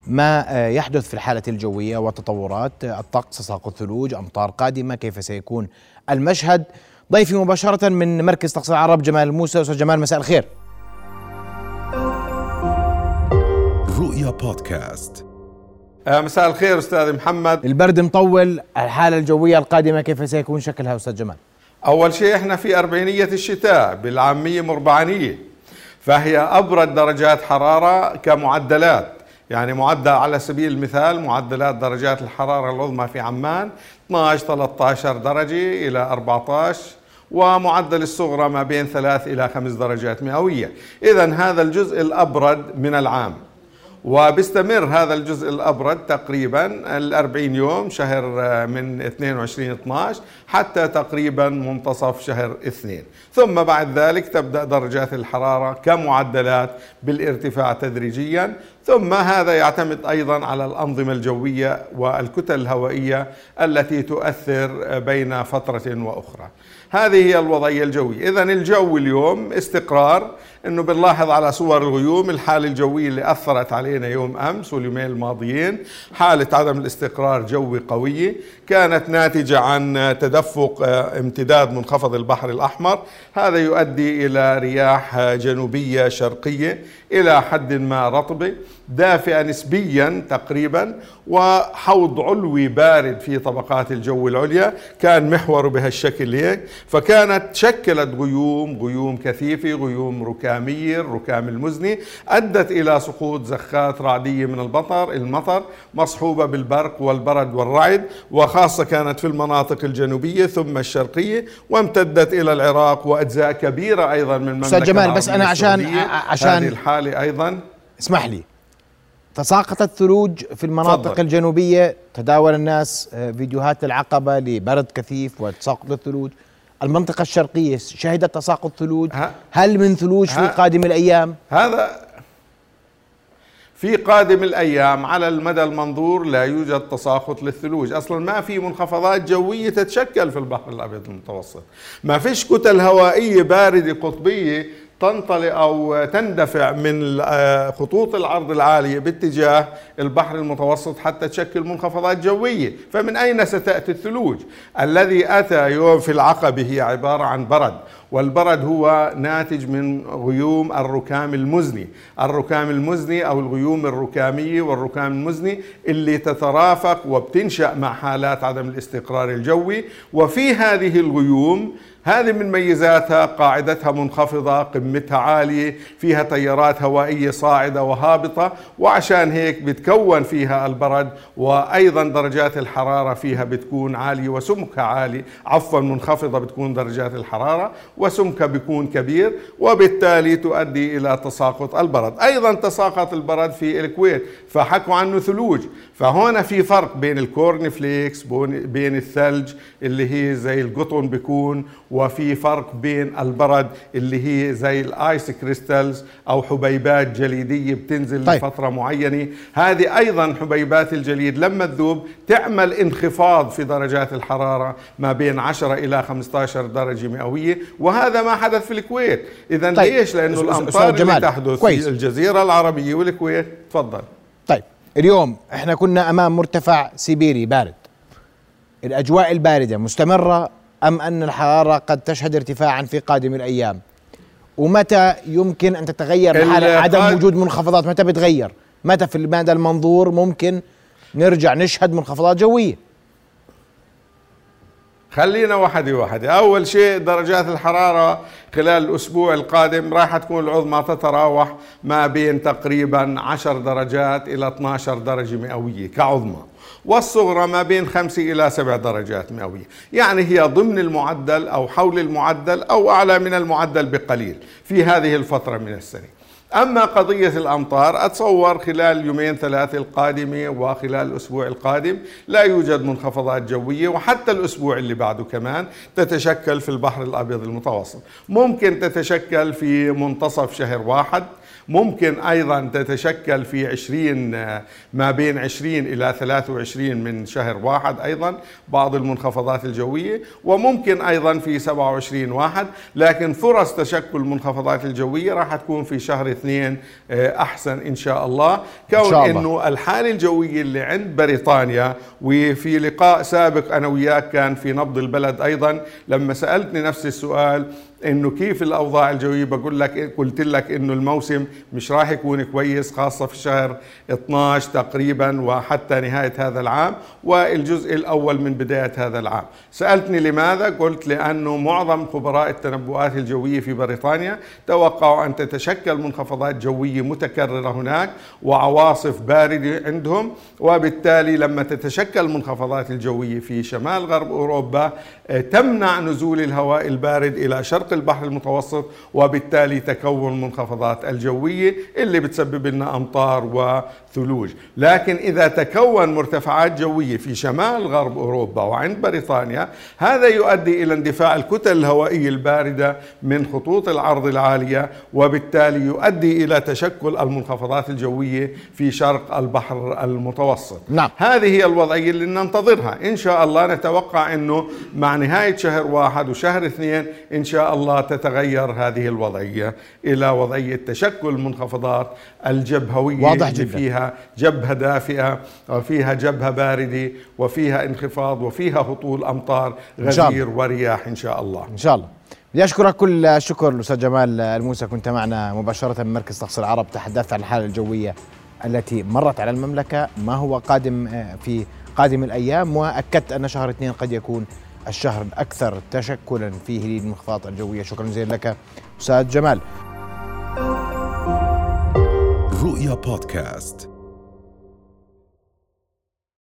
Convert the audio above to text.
ما يحدث في الحالة الجوية وتطورات الطقس، تساقط ثلوج، أمطار قادمة، كيف سيكون المشهد. ضيفي مباشرة من مركز طقس العرب جمال الموسى. أستاذ جمال، مساء الخير. رؤيا بودكاست. مساء الخير أستاذ محمد. البرد مطول، الحالة الجوية القادمة كيف سيكون شكلها أستاذ جمال؟ أول شيء احنا في أربعينية الشتاء، بالعامية مربعانية، فهي أبرد درجات حرارة كمعدلات. يعني معدل على سبيل المثال معدلات درجات الحرارة العظمى في عمان 12-13 درجة إلى 14، ومعدل الصغرى ما بين 3 إلى 5 درجات مئوية. إذن هذا الجزء الأبرد من العام، وبيستمر هذا الجزء الأبرد تقريبا 40 يوم، شهر من 22-12 حتى تقريبا منتصف شهر 2. ثم بعد ذلك تبدأ درجات الحرارة كمعدلات بالارتفاع تدريجيا. ثم هذا يعتمد أيضا على الأنظمة الجوية والكتل الهوائية التي تؤثر بين فترة وأخرى. هذه هي الوضعية الجوية. إذن الجو اليوم استقرار، إنه بنلاحظ على صور الغيوم الحالة الجوية اللي أثرت علينا يوم أمس واليومين الماضيين، حالة عدم الاستقرار جوي قوية كانت ناتجة عن تدفق امتداد منخفض البحر الأحمر. هذا يؤدي إلى رياح جنوبية شرقية إلى حد ما رطبة دافئة نسبيا تقريبا، وحوض علوي بارد في طبقات الجو العليا كان محوره بهالشكل هيك. فكانت شكلت غيوم كثيفة، غيوم ركامية، الركام المزني، أدت إلى سقوط زخات رعدية من المطر مصحوبة بالبرق والبرد والرعد، وخاصة كانت في المناطق الجنوبية ثم الشرقية، وامتدت إلى العراق وأجزاء كبيرة أيضا من المملكة أستاذ جمال، بس أنا عشان هذه الحالة أيضا اسمح لي. تساقط الثلوج في المناطق فضل. الجنوبية، تداول الناس فيديوهات العقبة لبرد كثيف وتساقط الثلوج. المنطقة الشرقية شهدت تساقط ثلوج، هل من ثلوج في قادم الأيام؟ هذا في قادم الأيام على المدى المنظور لا يوجد تساقط للثلوج. أصلا ما في منخفضات جوية تتشكل في البحر الأبيض المتوسط، ما فيش كتل هوائية باردة قطبية تنطلق أو تندفع من خطوط العرض العالية باتجاه البحر المتوسط حتى تشكل منخفضات جوية. فمن أين ستأتي الثلوج؟ الذي أتى يوم في العقبة هي عبارة عن برد، والبرد هو ناتج من غيوم الركام المزني. الركام المزني أو الغيوم الركامية والركام المزني اللي تترافق وبتنشأ مع حالات عدم الاستقرار الجوي. وفي هذه الغيوم هذه من ميزاتها قاعدتها منخفضة، قمتها عالية، فيها تيارات هوائية صاعدة وهابطة، وعشان هيك بتكون فيها البرد، وأيضا درجات الحرارة فيها بتكون عالية وسمكها عالي، منخفضة بتكون درجات الحرارة وسمكها بيكون كبير، وبالتالي تؤدي إلى تساقط البرد. أيضا تساقط البرد في الكويت فحكوا عنه ثلوج. فهنا في فرق بين الكورن فليكس، بين الثلج اللي هي زي القطن بيكون، وفي فرق بين البرد اللي هي زي الايس كريستالز او حبيبات جليديه بتنزل لفتره معينه. هذه ايضا حبيبات الجليد لما تذوب تعمل انخفاض في درجات الحراره ما بين 10 الى 15 درجه مئويه، وهذا ما حدث في الكويت. اذا ليش؟ لانه الامطار اللي تحدث في الجزيره العربيه والكويت. تفضل. طيب، اليوم احنا كنا امام مرتفع سيبيري بارد، الاجواء البارده مستمره أم أن الحرارة قد تشهد ارتفاعا في قادم الأيام؟ ومتى يمكن أن تتغير الحالة؟ عدم وجود منخفضات متى بتغير؟ متى في المدى المنظور ممكن نرجع نشهد منخفضات جوية؟ خلينا واحدة. أول شيء درجات الحرارة خلال الأسبوع القادم راح تكون العظمى تتراوح ما بين تقريبا 10 درجات إلى 12 درجة مئوية كعظمى، والصغرى ما بين 5 إلى 7 درجات مئوية. يعني هي ضمن المعدل أو حول المعدل أو أعلى من المعدل بقليل في هذه الفترة من السنة. أما قضية الأمطار أتصور خلال 2-3 القادمة وخلال الأسبوع القادم لا يوجد منخفضات جوية، وحتى الأسبوع اللي بعده كمان تتشكل في البحر الأبيض المتوسط. ممكن تتشكل في منتصف شهر 1، ممكن أيضا تتشكل في 20 ما بين 20 إلى 23 من شهر 1 أيضا بعض المنخفضات الجوية، وممكن أيضا في 27/1. لكن فرص تشكل المنخفضات الجوية راح تكون في شهر 2 أحسن إن شاء الله، كون أنه الحالة الجوية اللي عند بريطانيا. وفي لقاء سابق أنا وياك كان في نبض البلد أيضا لما سألتني نفس السؤال انه كيف الاوضاع الجويه، قلت لك انه الموسم مش راح يكون كويس، خاصه في شهر 12 تقريبا وحتى نهايه هذا العام والجزء الاول من بدايه هذا العام. سالتني لماذا؟ قلت لانه معظم خبراء التنبؤات الجويه في بريطانيا توقعوا ان تتشكل منخفضات جويه متكرره هناك وعواصف بارده عندهم، وبالتالي لما تتشكل المنخفضات الجويه في شمال غرب اوروبا تمنع نزول الهواء البارد الى شرق البحر المتوسط، وبالتالي تكون المنخفضات الجوية اللي بتسبب لنا أمطار وثلوج. لكن إذا تكون مرتفعات جوية في شمال غرب أوروبا وعند بريطانيا، هذا يؤدي إلى اندفاع الكتل الهوائية الباردة من خطوط العرض العالية، وبالتالي يؤدي إلى تشكل المنخفضات الجوية في شرق البحر المتوسط. نعم. هذه هي الوضعية اللي ننتظرها إن شاء الله. نتوقع أنه مع نهاية شهر 1 وشهر 2 إن شاء الله تتغير هذه الوضعية إلى وضعية تشكل منخفضات الجبهوية، واضح جدا. فيها جبهة دافئة وفيها جبهة باردة وفيها انخفاض وفيها هطول أمطار غزير ورياح إن شاء الله. إن شاء الله. بدي أشكرك كل الشكر الأستاذ جمال الموسى، كنت معنا مباشرة من مركز طقس العرب، تحدثت عن الحالة الجوية التي مرت على المملكة، ما هو قادم في قادم الأيام، وأكدت أن شهر 2 قد يكون الشهر الأكثر تشكلا فيه للمنخفضات الجوية. شكرا جزيلا لك أستاذ جمال. رؤيا بودكاست.